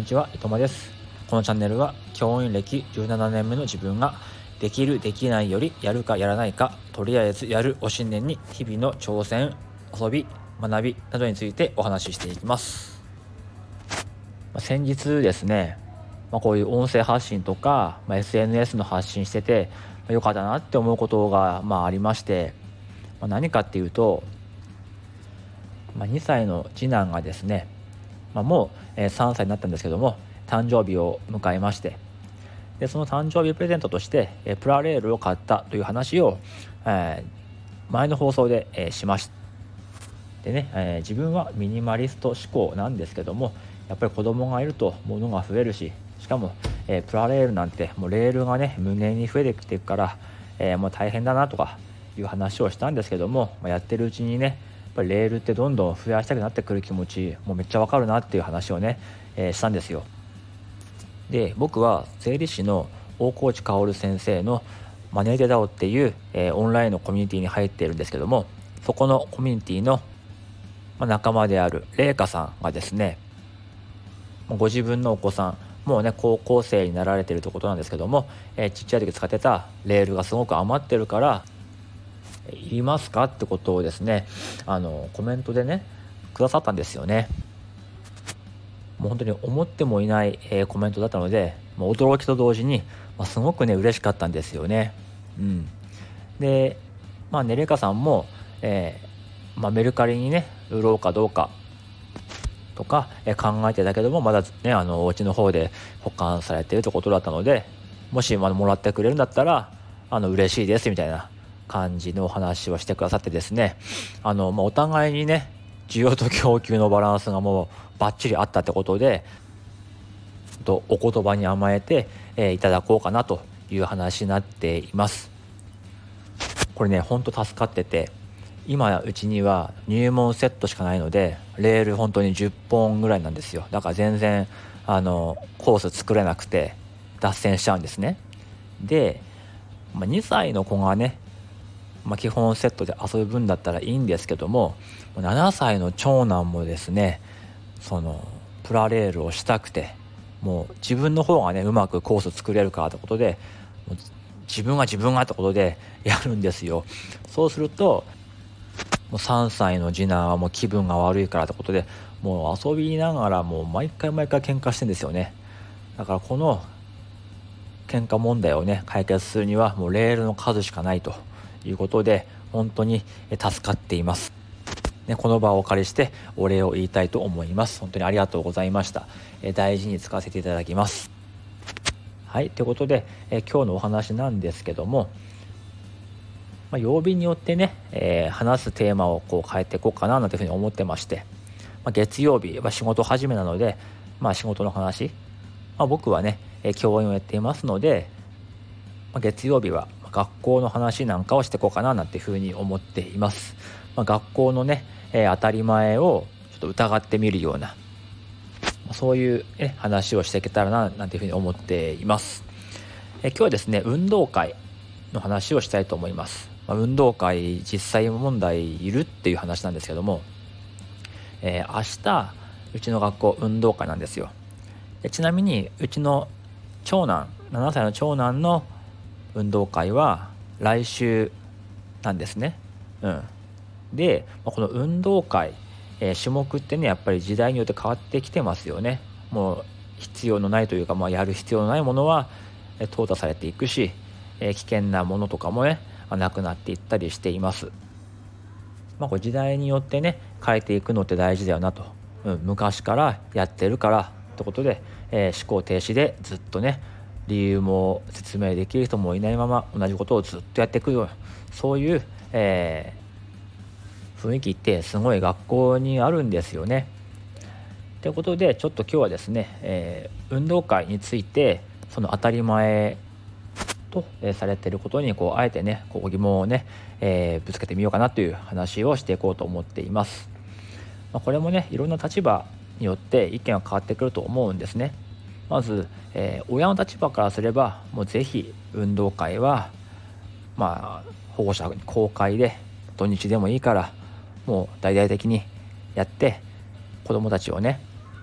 にちは、いとまです。このチャンネルは教員歴17年目の自分ができるできないよりやるかやらないか、とりあえずやるを信念に日々の挑戦、遊び、学びなどについてお話ししていきます。先日ですね、こういう音声発信とか、SNS の発信してて良かったなって思うことがありまして、何かっていうと、2歳の次男がですね、もう3歳になったんですけども、誕生日を迎えまして、でその誕生日プレゼントとしてプラレールを買ったという話を前の放送でしました。でね、自分はミニマリスト思考なんですけども、やっぱり子供がいると物が増えるし、しかもプラレールなんてもうレールがね無限に増えてきていくから、もう大変だなとかいう話をしたんですけども、やってるうちにね、やっぱりレールってどんどん増やしたくなってくる気持ちもうめっちゃわかるなっていう話をね、したんですよ。で僕は税理士の大河内薫先生のマネーデダオっていう、オンラインのコミュニティに入っているんですけども、そこのコミュニティの、仲間である麗華さんがですね、ご自分のお子さんもうね高校生になられているということなんですけども、ちっちゃい時使ってたレールがすごく余ってるからいりますかってことをですね、コメントでねくださったんですよね。もう本当に思ってもいない、コメントだったので、驚きと同時に、すごくね嬉しかったんですよね。でねれかさんも、メルカリにね売ろうかどうかとか、考えてたけども、まだねお家の方で保管されているということだったので、もしもらってくれるんだったら嬉しいですみたいな感じのお話をしてくださってですね、お互いにね需要と供給のバランスがもうバッチリあったってことで、お言葉に甘えて、いただこうかなという話になっています。これねほんと助かってて、今うちには入門セットしかないので、レール本当に10本ぐらいなんですよ。だから全然コース作れなくて脱線しちゃうんですね。で、2歳の子がね、基本セットで遊ぶ分だったらいいんですけども、7歳の長男もですね、そのプラレールをしたくて、もう自分の方がねうまくコース作れるからってことで、もう自分がってことでやるんですよ。そうするともう3歳の次男はもう気分が悪いからってことで、もう遊びながらもう毎回喧嘩してんですよね。だからこの喧嘩問題をね解決するにはもうレールの数しかないということで、本当に助かっています。この場をお借りしてお礼を言いたいと思います。本当にありがとうございました。大事に使わせていただきます。はい、ということで、今日のお話なんですけども、曜日によってね、話すテーマを変えていこうかななんていうふうに思ってまして、月曜日は仕事始めなので、仕事の話、僕はね、教員をやっていますので、月曜日は学校の話なんかをしていこうかななんていうふうに思っています。学校のね、当たり前をちょっと疑ってみるような、そういう、話をしていけたらななんていうふうに思っています。今日はですね運動会の話をしたいと思います。運動会実際問題いるっていう話なんですけども、明日うちの学校運動会なんですよ。ちなみにうちの長男7歳の長男の運動会は来週なんですね。で、この運動会、種目ってねやっぱり時代によって変わってきてますよね。もう必要のないというか、やる必要のないものは淘汰されていくし、危険なものとかもねなくなっていったりしています。これ時代によってね変えていくのって大事だよなと、昔からやってるからってことで、思考停止でずっとね理由も説明できる人もいないまま同じことをずっとやっていくような、そういう、雰囲気ってすごい学校にあるんですよね。ということでちょっと今日はですね、運動会についてその当たり前とされていることにあえてね疑問をね、ぶつけてみようかなという話をしていこうと思っています。これもねいろんな立場によって意見は変わってくると思うんですね。まず、親の立場からすればもうぜひ運動会は保護者に公開で土日でもいいからもう大々的にやって子どもたちをね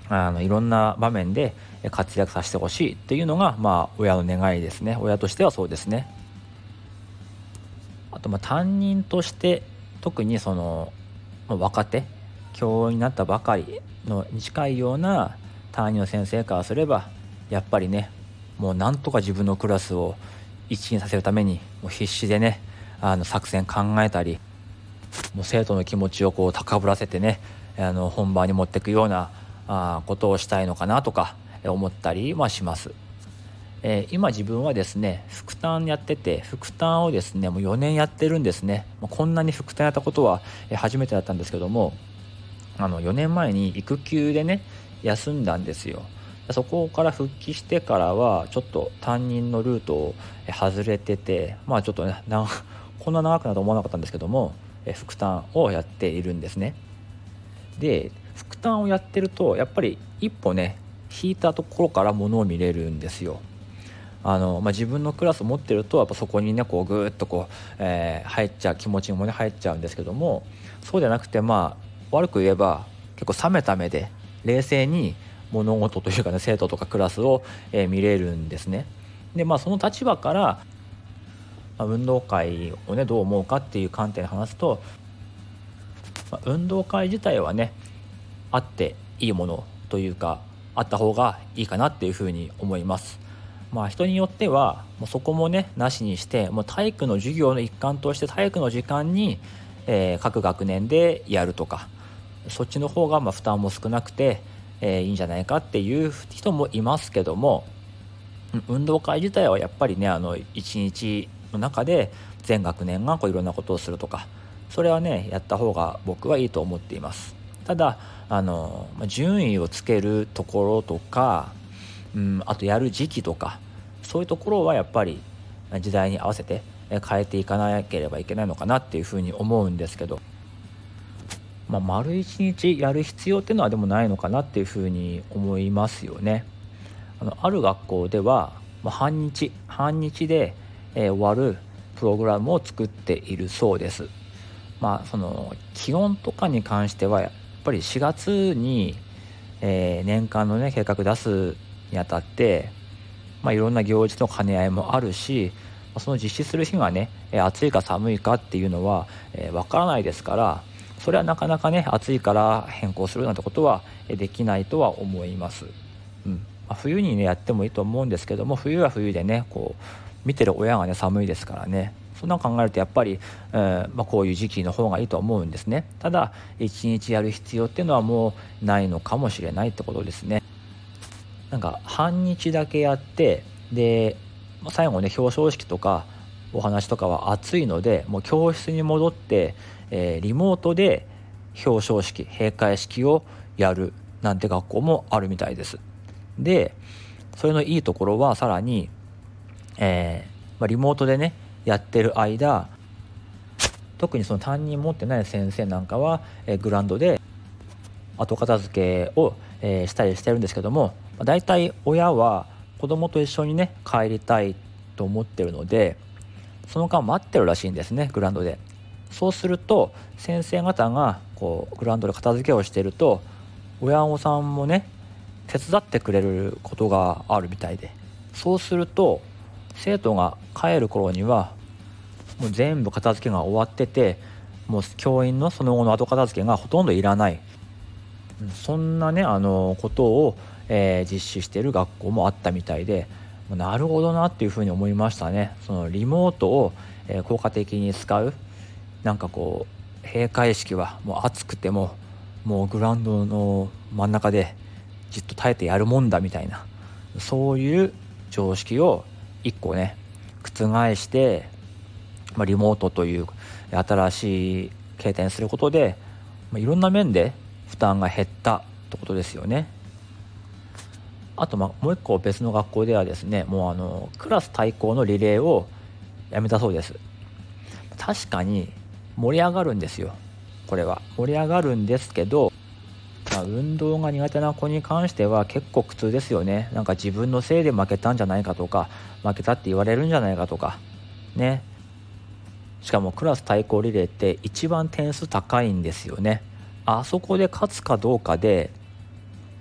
いろんな場面で活躍させてほしいっていうのが、親の願いですね。親としてはそうですね。あと担任として特に若手教員になったばかりのに近いような担任の先生からすれば、やっぱりね、もうなんとか自分のクラスを一にさせるためにもう必死でね、作戦考えたり、もう生徒の気持ちを高ぶらせてね、本番に持っていくようなことをしたいのかなとか思ったりします。今自分はですね副担やってて、副担をですねもう4年やってるんですね。こんなに副担やったことは初めてだったんですけども、4年前に育休でね休んだんですよ。そこから復帰してからはちょっと担任のルートを外れてて、ちょっとねこんな長くなると思わなかったんですけども、副担をやっているんですね。で副担をやってるとやっぱり一歩ね引いたところからものを見れるんですよ。自分のクラスを持ってるとやっぱそこにねぐーっと入っちゃう気持ちもね入っちゃうんですけども、そうじゃなくて悪く言えば結構冷めた目で冷静に物事というかね生徒とかクラスを、見れるんですね。でその立場から、運動会をねどう思うかっていう観点で話すと、運動会自体はねあっていいものというかあった方がいいかなっていうふうに思います。人によってはもうそこもねなしにしてもう体育の授業の一環として体育の時間に、各学年でやるとか、そっちの方が負担も少なくて、いいんじゃないかっていう人もいますけども、運動会自体はやっぱりね一日の中で全学年がいろんなことをするとか、それはねやった方が僕はいいと思っています。ただ順位をつけるところとか、あとやる時期とかそういうところはやっぱり時代に合わせて変えていかなければいけないのかなっていうふうに思うんですけど、丸一日やる必要っていうのはでもないのかなっていうふうに思いますよね。ある学校では、半日で、終わるプログラムを作っているそうです。その気温とかに関してはやっぱり4月に、年間のね計画出すにあたって、いろんな行事の兼ね合いもあるし、その実施する日がね暑いか寒いかっていうのはわからないですから、それはなかなかね暑いから変更するなんてことはできないとは思います。冬にねやってもいいと思うんですけども、冬は冬でね見てる親がね寒いですからね、そんなの考えるとやっぱり、こういう時期の方がいいと思うんですね。ただ一日やる必要っていうのはもうないのかもしれないってことですね。半日だけやってで最後ね表彰式とかお話とかは暑いのでもう教室に戻って、リモートで表彰式閉会式をやるなんて学校もあるみたいです。でそれのいいところはさらに、リモートでねやってる間、特にその担任持ってない先生なんかは、グラウンドで後片付けを、したりしてるんですけども、だいたい親は子供と一緒にね帰りたいと思ってるので、その間待ってるらしいんですね、グラウンドで。そうすると先生方がグラウンドで片付けをしていると親御さんもね手伝ってくれることがあるみたいで、そうすると生徒が帰る頃にはもう全部片付けが終わってて、もう教員のその後の後片付けがほとんどいらない、そんなねことを、実施している学校もあったみたいで、なるほどなっていうふうに思いましたね。そのリモートを、効果的に使う、閉会式はもう暑くてももうグラウンドの真ん中でじっと耐えてやるもんだみたいな、そういう常識を一個ね覆して、リモートという新しい形態にすることで、いろんな面で負担が減ったってことですよね。あともう一個別の学校ではですね、もうクラス対抗のリレーをやめたそうです。確かに盛り上がるんですよ。これは盛り上がるんですけど、運動が苦手な子に関しては結構苦痛ですよね。自分のせいで負けたんじゃないかとか、負けたって言われるんじゃないかとかね。しかもクラス対抗リレーって一番点数高いんですよね。あそこで勝つかどうかで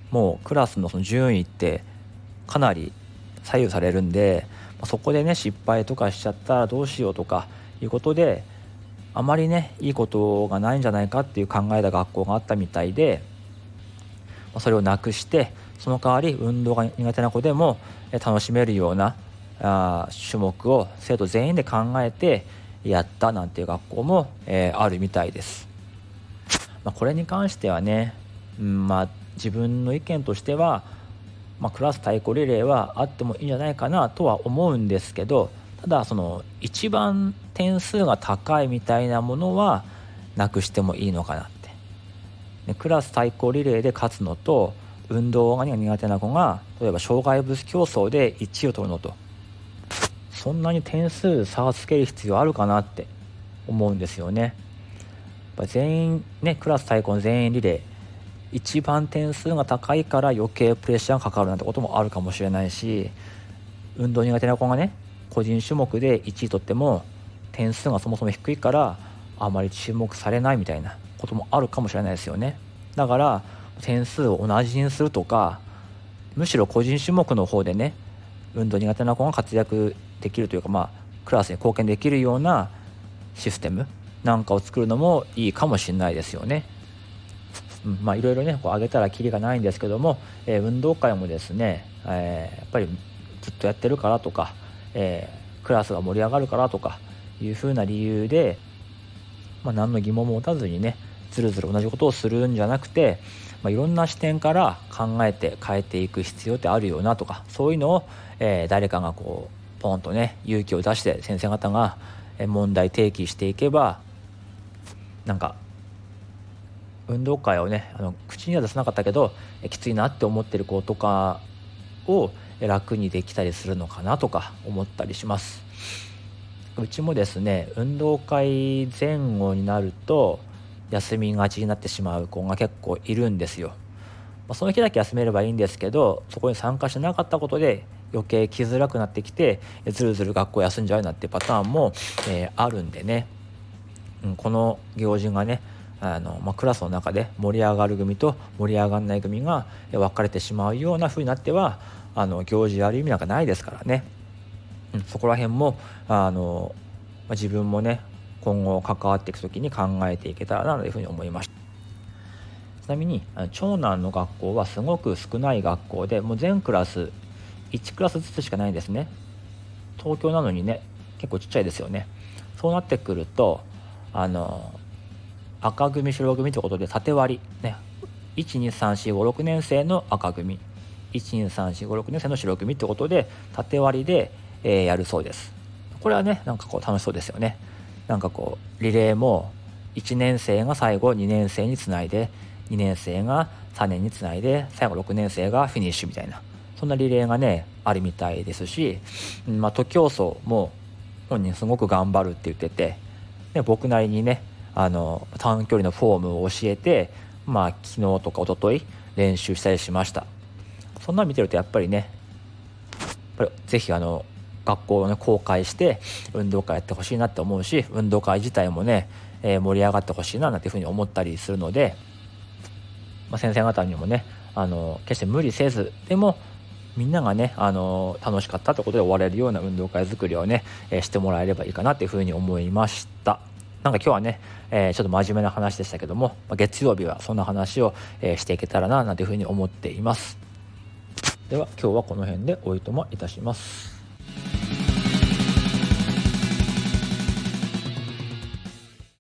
もうクラスのその順位ってかなり左右されるんで、そこでね失敗とかしちゃったらどうしようとかいうことで、あまりねいいことがないんじゃないかっていう考えた学校があったみたいで、それをなくして、その代わり運動が苦手な子でも楽しめるような種目を生徒全員で考えてやったなんていう学校も、あるみたいです。これに関してはね、自分の意見としては、クラス対抗リレーはあってもいいんじゃないかなとは思うんですけど、ただその一番点数が高いみたいなものはなくしてもいいのかなって、クラス対抗リレーで勝つのと、運動が苦手な子が例えば障害物競争で1位を取るのと、そんなに点数差をつける必要あるかなって思うんですよね。やっぱ全員ね、クラス対抗の全員リレー一番点数が高いから余計プレッシャーがかかるなんてこともあるかもしれないし、運動苦手な子がね個人種目で1位取っても点数がそもそも低いからあまり注目されないみたいなこともあるかもしれないですよね。だから点数を同じにするとか、むしろ個人種目の方でね運動苦手な子が活躍できるというか、クラスに貢献できるようなシステムなんかを作るのもいいかもしれないですよね。いろいろねこう上げたらキリがないんですけども、運動会もですね、やっぱりずっとやってるからとか、クラスが盛り上がるからとかいうふうな理由で、何の疑問も持たずにねずるずる同じことをするんじゃなくて、いろんな視点から考えて変えていく必要ってあるよなとか、そういうのを、誰かがこうポンとね勇気を出して先生方が問題提起していけば、なんか運動会をね口には出さなかったけどきついなって思ってる子とかを楽にできたりするのかなとか思ったりします。うちもですね運動会前後になると休みがちになってしまう子が結構いるんですよ。その日だけ休めればいいんですけど、そこに参加しなかったことで余計来づらくなってきてずるずる学校休んじゃうなっていうパターンも、あるんでね、この行事がねクラスの中で盛り上がる組と盛り上がらない組が分かれてしまうような風になっては行事やる意味なんかないですからね、そこら辺も自分もね今後関わっていくときに考えていけたらなというふうに思いました。ちなみに長男の学校はすごく少ない学校で、もう全クラス1クラスずつしかないんですね。東京なのにね結構ちっちゃいですよね。そうなってくると赤組白組ということで縦割りね、12345年生の赤組、12345年生の白組ということで縦割りで、やるそうです。これはねなんかこう楽しそうですよね。なんかこうリレーも1年生が最後2年生につないで、2年生が3年につないで、最後6年生がフィニッシュみたいな、そんなリレーがねあるみたいですし、徒競走も本人すごく頑張るって言ってて、で僕なりにね短距離のフォームを教えて、昨日とか一昨日練習したりしました。そんなの見てるとやっぱりねぜひ学校をね公開して運動会やってほしいなって思うし、運動会自体もね、盛り上がってほしいななんていうふうに思ったりするので、先生方にもね決して無理せず、でもみんながね楽しかったということで終われるような運動会作りをね、してもらえればいいかなというふうに思いました。なんか今日はね、ちょっと真面目な話でしたけども、月曜日はそんな話を、していけたらななんていうふうに思っています。では今日はこの辺でおいともいたします。